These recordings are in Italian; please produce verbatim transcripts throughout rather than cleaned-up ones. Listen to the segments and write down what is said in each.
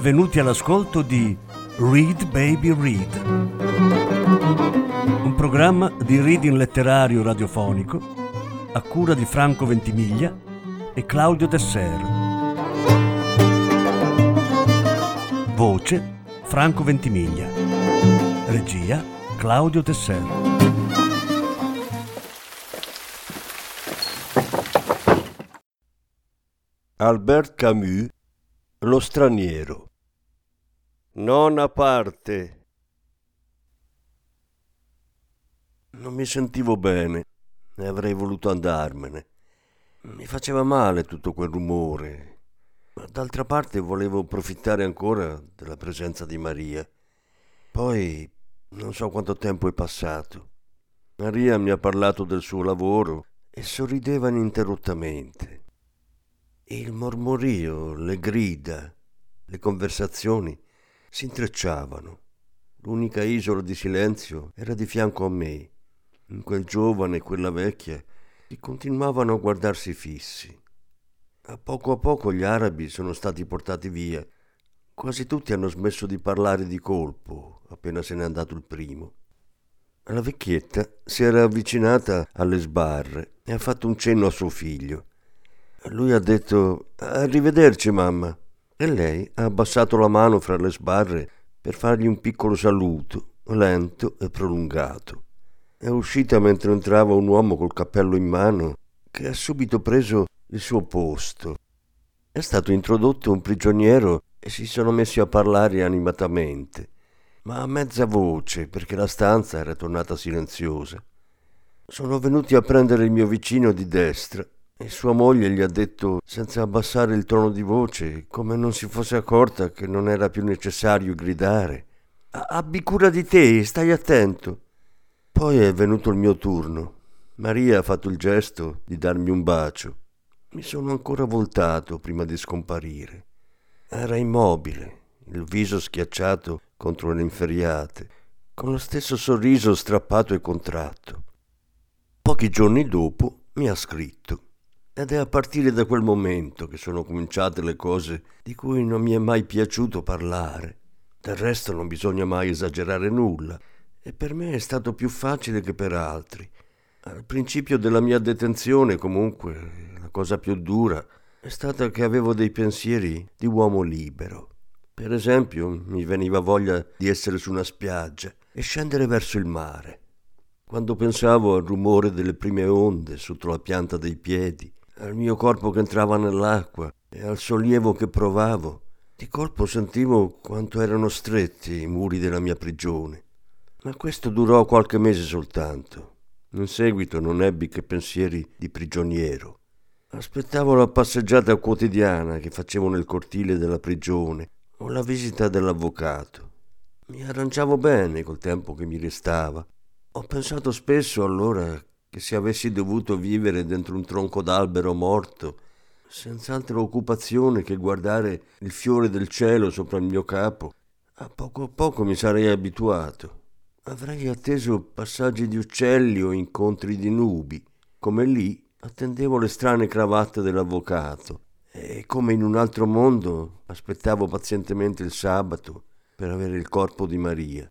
benvenuti all'ascolto di Read Baby Read, un programma di reading letterario radiofonico a cura di Franco Ventimiglia e Claudio Desser. Voce Franco Ventimiglia. Regia Claudio Desser. Albert Camus, Lo straniero. Nona parte. Non mi sentivo bene e avrei voluto andarmene. Mi faceva male tutto quel rumore, ma d'altra parte volevo approfittare ancora della presenza di Maria. Poi non so quanto tempo è passato. Maria mi ha parlato del suo lavoro e sorrideva ininterrottamente. Il mormorio, le grida, le conversazioni si intrecciavano. L'unica isola di silenzio era di fianco a me. In quel giovane e quella vecchia che continuavano a guardarsi fissi. A poco a poco gli arabi sono stati portati via. Quasi tutti hanno smesso di parlare di colpo appena se n'è andato il primo. La vecchietta si era avvicinata alle sbarre e ha fatto un cenno a suo figlio. Lui ha detto «Arrivederci, mamma», e lei ha abbassato la mano fra le sbarre per fargli un piccolo saluto, lento e prolungato. È uscita mentre entrava un uomo col cappello in mano che ha subito preso il suo posto. È stato introdotto un prigioniero e si sono messi a parlare animatamente, ma a mezza voce perché la stanza era tornata silenziosa. Sono venuti a prendere il mio vicino di destra e sua moglie gli ha detto, senza abbassare il tono di voce, come non si fosse accorta che non era più necessario gridare: «Abbi cura di te, stai attento». Poi è venuto il mio turno. Maria ha fatto il gesto di darmi un bacio. Mi sono ancora voltato prima di scomparire. Era immobile, il viso schiacciato contro le inferriate, con lo stesso sorriso strappato e contratto. Pochi giorni dopo mi ha scritto. Ed è a partire da quel momento che sono cominciate le cose di cui non mi è mai piaciuto parlare. Del resto non bisogna mai esagerare nulla, e per me è stato più facile che per altri. Al principio della mia detenzione, comunque, la cosa più dura è stata che avevo dei pensieri di uomo libero. Per esempio, mi veniva voglia di essere su una spiaggia e scendere verso il mare. Quando pensavo al rumore delle prime onde sotto la pianta dei piedi, al mio corpo che entrava nell'acqua e al sollievo che provavo, di colpo sentivo quanto erano stretti i muri della mia prigione. Ma questo durò qualche mese soltanto. In seguito non ebbi che pensieri di prigioniero. Aspettavo la passeggiata quotidiana che facevo nel cortile della prigione o la visita dell'avvocato. Mi arrangiavo bene col tempo che mi restava. Ho pensato spesso allora che se avessi dovuto vivere dentro un tronco d'albero morto, senza altra occupazione che guardare il fiore del cielo sopra il mio capo, a poco a poco mi sarei abituato. Avrei atteso passaggi di uccelli o incontri di nubi. Come lì attendevo le strane cravatte dell'avvocato e come in un altro mondo aspettavo pazientemente il sabato per avere il corpo di Maria.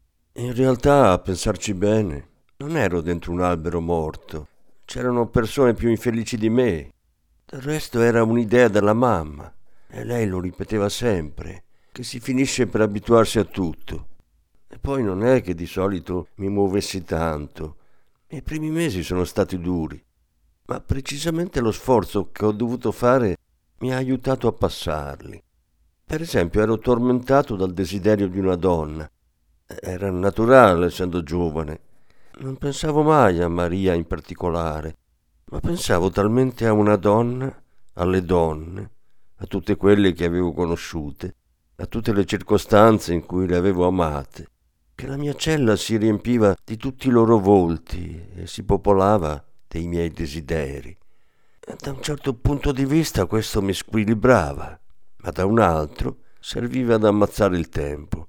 In realtà, a pensarci bene, non ero dentro un albero morto. C'erano persone più infelici di me. Del resto era un'idea della mamma e lei lo ripeteva sempre, che si finisce per abituarsi a tutto. E poi non è che di solito mi muovessi tanto. I primi mesi sono stati duri, ma precisamente lo sforzo che ho dovuto fare mi ha aiutato a passarli. Per esempio, ero tormentato dal desiderio di una donna. Era naturale, essendo giovane. Non pensavo mai a Maria in particolare, ma pensavo talmente a una donna, alle donne, a tutte quelle che avevo conosciute, a tutte le circostanze in cui le avevo amate, che la mia cella si riempiva di tutti i loro volti e si popolava dei miei desideri. E da un certo punto di vista questo mi squilibrava, ma da un altro serviva ad ammazzare il tempo.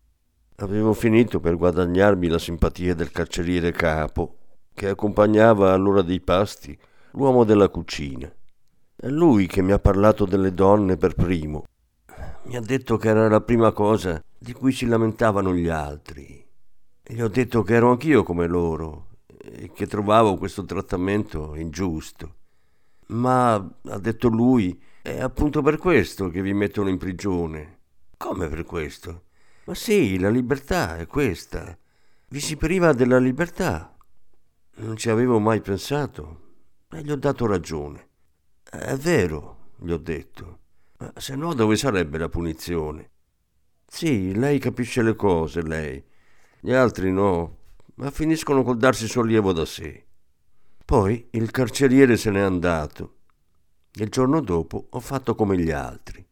Avevo finito per guadagnarmi la simpatia del carceriere capo, che accompagnava all'ora dei pasti l'uomo della cucina. È lui che mi ha parlato delle donne per primo. Mi ha detto che era la prima cosa di cui si lamentavano gli altri. E gli ho detto che ero anch'io come loro e che trovavo questo trattamento ingiusto. Ma, ha detto lui, è appunto per questo che vi mettono in prigione. Come per questo? Ma sì, la libertà è questa. Vi si priva della libertà. Non ci avevo mai pensato e gli ho dato ragione. È vero, gli ho detto. Ma se no dove sarebbe la punizione? Sì, lei capisce le cose, lei. Gli altri no, ma finiscono col darsi sollievo da sé. Poi il carceriere se n'è andato. Il giorno dopo ho fatto come gli altri.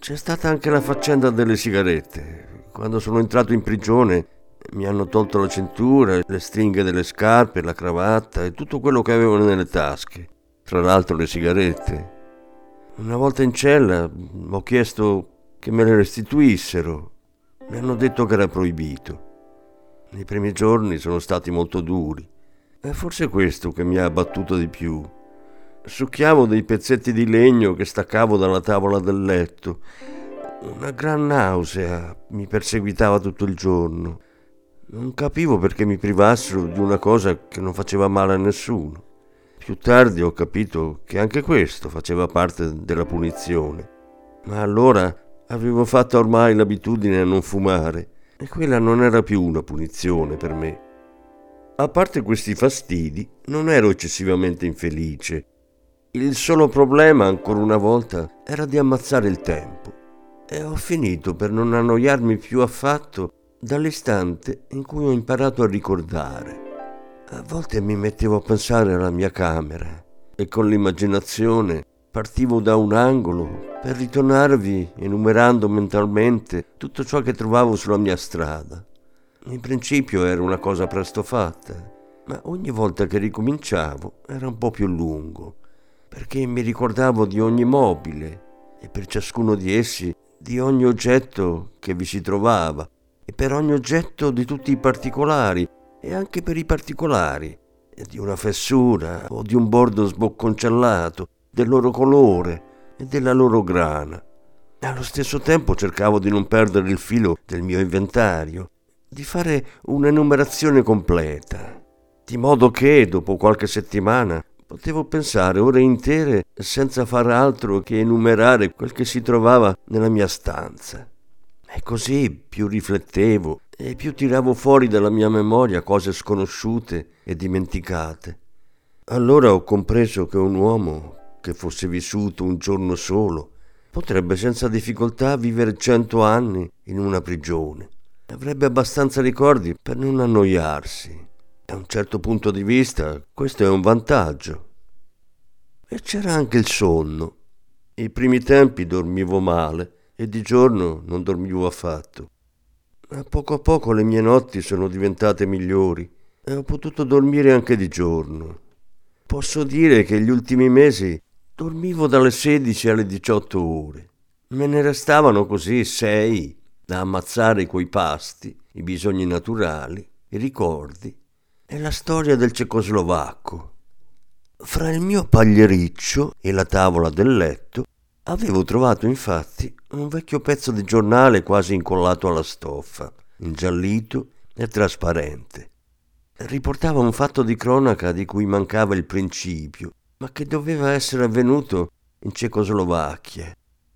C'è stata anche la faccenda delle sigarette. Quando sono entrato in prigione mi hanno tolto la cintura, le stringhe delle scarpe, la cravatta e tutto quello che avevano nelle tasche, tra l'altro le sigarette. Una volta in cella ho chiesto che me le restituissero. Mi hanno detto che era proibito. I primi giorni sono stati molto duri. È forse questo che mi ha abbattuto di più. Succhiavo dei pezzetti di legno che staccavo dalla tavola del letto. Una gran nausea mi perseguitava tutto il giorno. Non capivo perché mi privassero di una cosa che non faceva male a nessuno. Più tardi ho capito che anche questo faceva parte della punizione. Ma allora avevo fatto ormai l'abitudine a non fumare e quella non era più una punizione per me. A parte questi fastidi, non ero eccessivamente infelice. Il solo problema, ancora una volta, era di ammazzare il tempo. E ho finito per non annoiarmi più affatto dall'istante in cui ho imparato a ricordare. A volte mi mettevo a pensare alla mia camera e con l'immaginazione partivo da un angolo per ritornarvi enumerando mentalmente tutto ciò che trovavo sulla mia strada. In principio era una cosa presto fatta, ma ogni volta che ricominciavo era un po' più lungo, perché mi ricordavo di ogni mobile e per ciascuno di essi di ogni oggetto che vi si trovava e per ogni oggetto di tutti i particolari e anche per i particolari di una fessura o di un bordo sbocconcellato, del loro colore e della loro grana. Allo stesso tempo cercavo di non perdere il filo del mio inventario, di fare un'enumerazione completa, di modo che dopo qualche settimana potevo pensare ore intere senza far altro che enumerare quel che si trovava nella mia stanza. E così più riflettevo e più tiravo fuori dalla mia memoria cose sconosciute e dimenticate. Allora ho compreso che un uomo che fosse vissuto un giorno solo potrebbe senza difficoltà vivere cento anni in una prigione. Avrebbe abbastanza ricordi per non annoiarsi. Da un certo punto di vista questo è un vantaggio. E c'era anche il sonno. I primi tempi dormivo male e di giorno non dormivo affatto. A poco a poco le mie notti sono diventate migliori e ho potuto dormire anche di giorno. Posso dire che gli ultimi mesi dormivo dalle sedici alle diciotto ore. Me ne restavano così sei da ammazzare coi pasti, i bisogni naturali, i ricordi e la storia del cecoslovacco. Fra il mio pagliericcio e la tavola del letto avevo trovato infatti un vecchio pezzo di giornale quasi incollato alla stoffa, ingiallito e trasparente. Riportava un fatto di cronaca di cui mancava il principio, ma che doveva essere avvenuto in Cecoslovacchia.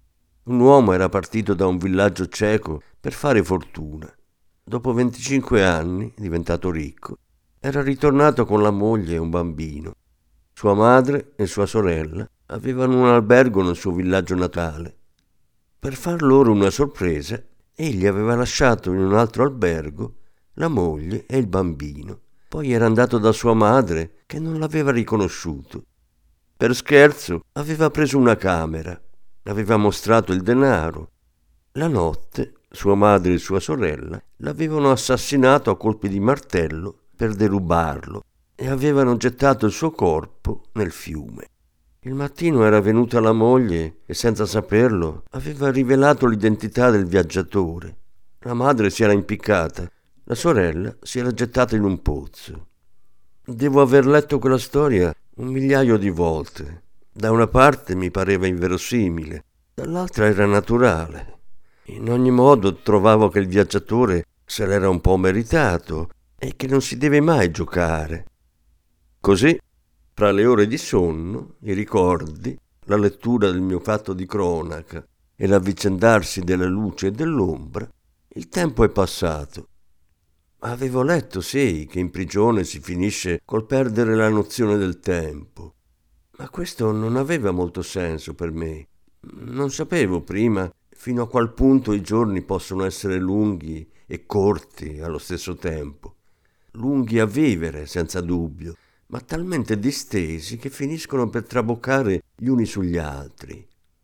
Un uomo era partito da un villaggio ceco per fare fortuna. Dopo venticinque anni, diventato ricco, era ritornato con la moglie e un bambino. Sua madre e sua sorella avevano un albergo nel suo villaggio natale. Per far loro una sorpresa, egli aveva lasciato in un altro albergo la moglie e il bambino. Poi era andato da sua madre, che non l'aveva riconosciuto. Per scherzo aveva preso una camera, aveva mostrato il denaro. La notte sua madre e sua sorella l'avevano assassinato a colpi di martello per derubarlo e avevano gettato il suo corpo nel fiume. Il mattino era venuta la moglie e senza saperlo aveva rivelato l'identità del viaggiatore. La madre si era impiccata, la sorella si era gettata in un pozzo. Devo aver letto quella storia un migliaio di volte. Da una parte mi pareva inverosimile, dall'altra era naturale. In ogni modo trovavo che il viaggiatore se l'era un po' meritato e che non si deve mai giocare. Così, fra le ore di sonno, i ricordi, la lettura del mio fatto di cronaca e l'avvicendarsi della luce e dell'ombra, il tempo è passato. Avevo letto, sì, che in prigione si finisce col perdere la nozione del tempo, ma questo non aveva molto senso per me. Non sapevo prima fino a qual punto i giorni possono essere lunghi e corti allo stesso tempo. Lunghi a vivere, senza dubbio, ma talmente distesi che finiscono per traboccare gli uni sugli altri.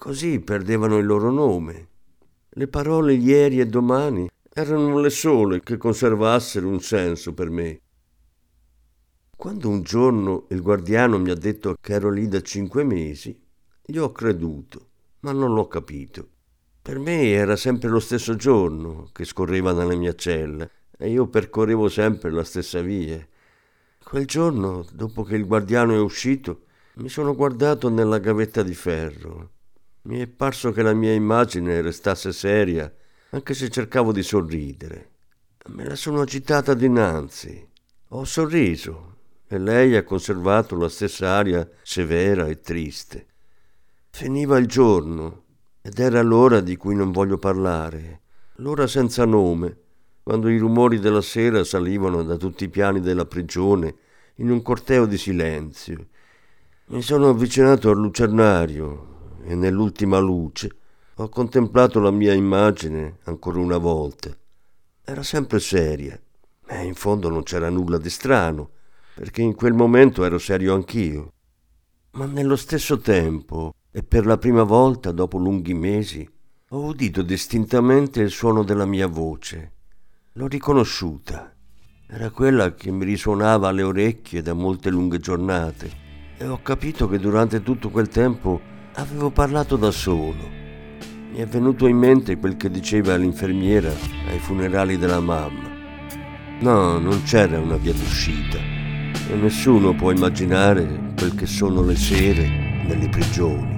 così perdevano il loro nome. Le parole ieri e domani erano le sole che conservassero un senso per me. Quando un giorno il guardiano mi ha detto che ero lì da cinque mesi, gli ho creduto, ma non l'ho capito. Per me era sempre lo stesso giorno che scorreva nella mia cella e io percorrevo sempre la stessa via. Quel giorno, dopo che il guardiano è uscito, mi sono guardato nella gavetta di ferro. Mi è parso che la mia immagine restasse seria, anche se cercavo di sorridere. Me la sono agitata dinanzi. Ho sorriso e lei ha conservato la stessa aria severa e triste. Finiva il giorno ed era l'ora di cui non voglio parlare, l'ora senza nome, quando i rumori della sera salivano da tutti i piani della prigione in un corteo di silenzio. Mi sono avvicinato al lucernario e nell'ultima luce ho contemplato la mia immagine ancora una volta. Era sempre seria e in fondo non c'era nulla di strano, perché in quel momento ero serio anch'io. Ma nello stesso tempo, e per la prima volta dopo lunghi mesi, ho udito distintamente il suono della mia voce. L'ho riconosciuta. Era quella che mi risuonava alle orecchie da molte lunghe giornate e ho capito che durante tutto quel tempo avevo parlato da solo. Mi è venuto in mente quel che diceva l'infermiera ai funerali della mamma. No, non c'era una via d'uscita e nessuno può immaginare quel che sono le sere nelle prigioni.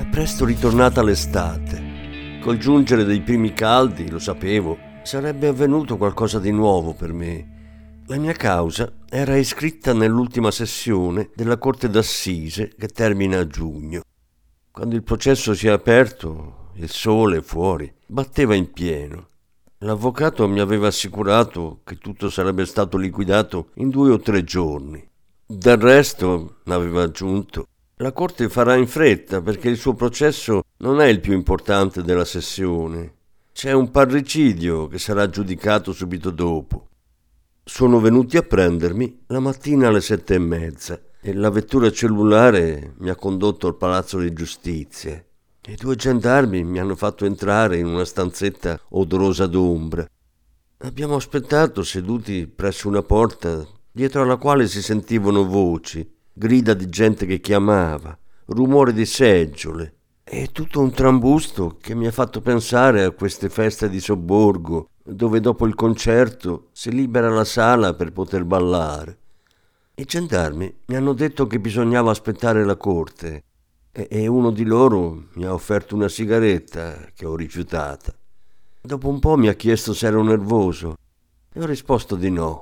È presto ritornata l'estate. Col giungere dei primi caldi, lo sapevo, sarebbe avvenuto qualcosa di nuovo per me. La mia causa era iscritta nell'ultima sessione della Corte d'Assise che termina a giugno. Quando il processo si è aperto, il sole fuori batteva in pieno. L'avvocato mi aveva assicurato che tutto sarebbe stato liquidato in due o tre giorni. Del resto, aveva aggiunto, la Corte farà in fretta perché il suo processo non è il più importante della sessione. C'è un parricidio che sarà giudicato subito dopo. Sono venuti a prendermi la mattina alle sette e mezza e la vettura cellulare mi ha condotto al Palazzo di Giustizia. I due gendarmi mi hanno fatto entrare in una stanzetta odorosa d'ombra. Abbiamo aspettato seduti presso una porta dietro alla quale si sentivano voci, grida di gente che chiamava, rumore di seggiole e tutto un trambusto che mi ha fatto pensare a queste feste di sobborgo dove dopo il concerto si libera la sala per poter ballare. I gendarmi mi hanno detto che bisognava aspettare la corte e, e uno di loro mi ha offerto una sigaretta che ho rifiutata. Dopo un po' mi ha chiesto se ero nervoso e ho risposto di no.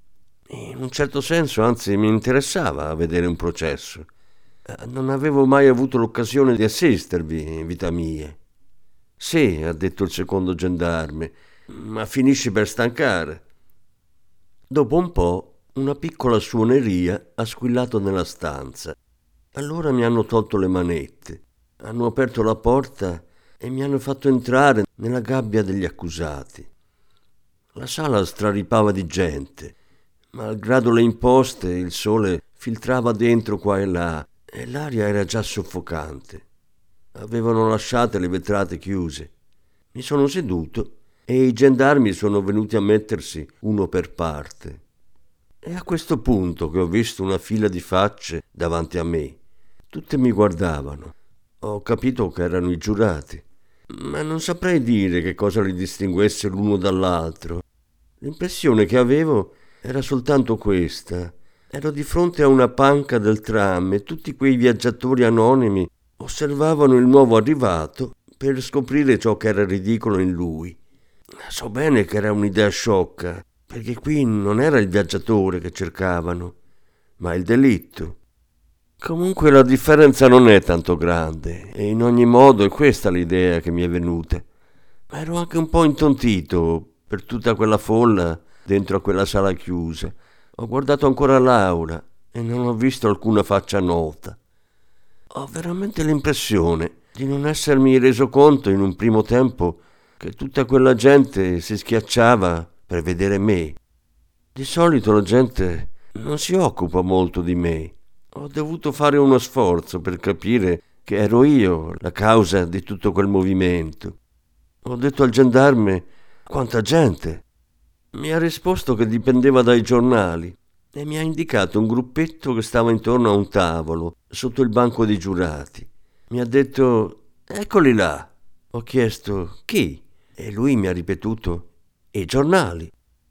In un certo senso, anzi, mi interessava vedere un processo. Non avevo mai avuto l'occasione di assistervi in vita mia. Sì, ha detto il secondo gendarme, ma finisci per stancare. Dopo un po', una piccola suoneria ha squillato nella stanza. Allora mi hanno tolto le manette, hanno aperto la porta e mi hanno fatto entrare nella gabbia degli accusati. La sala straripava di gente. Malgrado le imposte, il sole filtrava dentro qua e là e l'aria era già soffocante. Avevano lasciate le vetrate chiuse. Mi sono seduto e i gendarmi sono venuti a mettersi uno per parte. È a questo punto che ho visto una fila di facce davanti a me. Tutte mi guardavano. Ho capito che erano i giurati, ma non saprei dire che cosa li distinguesse l'uno dall'altro. L'impressione che avevo era soltanto questa. Ero di fronte a una panca del tram e tutti quei viaggiatori anonimi osservavano il nuovo arrivato per scoprire ciò che era ridicolo in lui. So bene che era un'idea sciocca, perché qui non era il viaggiatore che cercavano, ma il delitto. Comunque la differenza non è tanto grande e in ogni modo è questa l'idea che mi è venuta. Ma ero anche un po' intontito per tutta quella folla dentro a quella sala chiusa. Ho guardato ancora Laura e non ho visto alcuna faccia nota. Ho veramente l'impressione di non essermi reso conto in un primo tempo che tutta quella gente si schiacciava per vedere me. Di solito la gente non si occupa molto di me. Ho dovuto fare uno sforzo per capire che ero io la causa di tutto quel movimento. Ho detto al gendarme: quanta gente? Mi ha risposto che dipendeva dai giornali e mi ha indicato un gruppetto che stava intorno a un tavolo sotto il banco dei giurati. Mi ha detto: eccoli là. Ho chiesto: chi? E lui mi ha ripetuto: i giornali.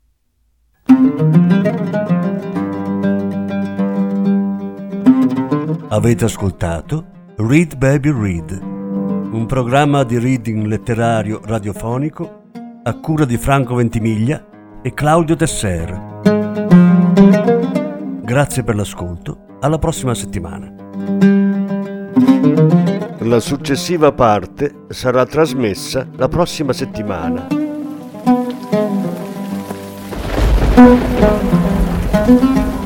Avete ascoltato Read Baby Read, un programma di reading letterario radiofonico a cura di Franco Ventimiglia e Claudio Tesser. Grazie per l'ascolto, alla prossima settimana. La successiva parte sarà trasmessa la prossima settimana.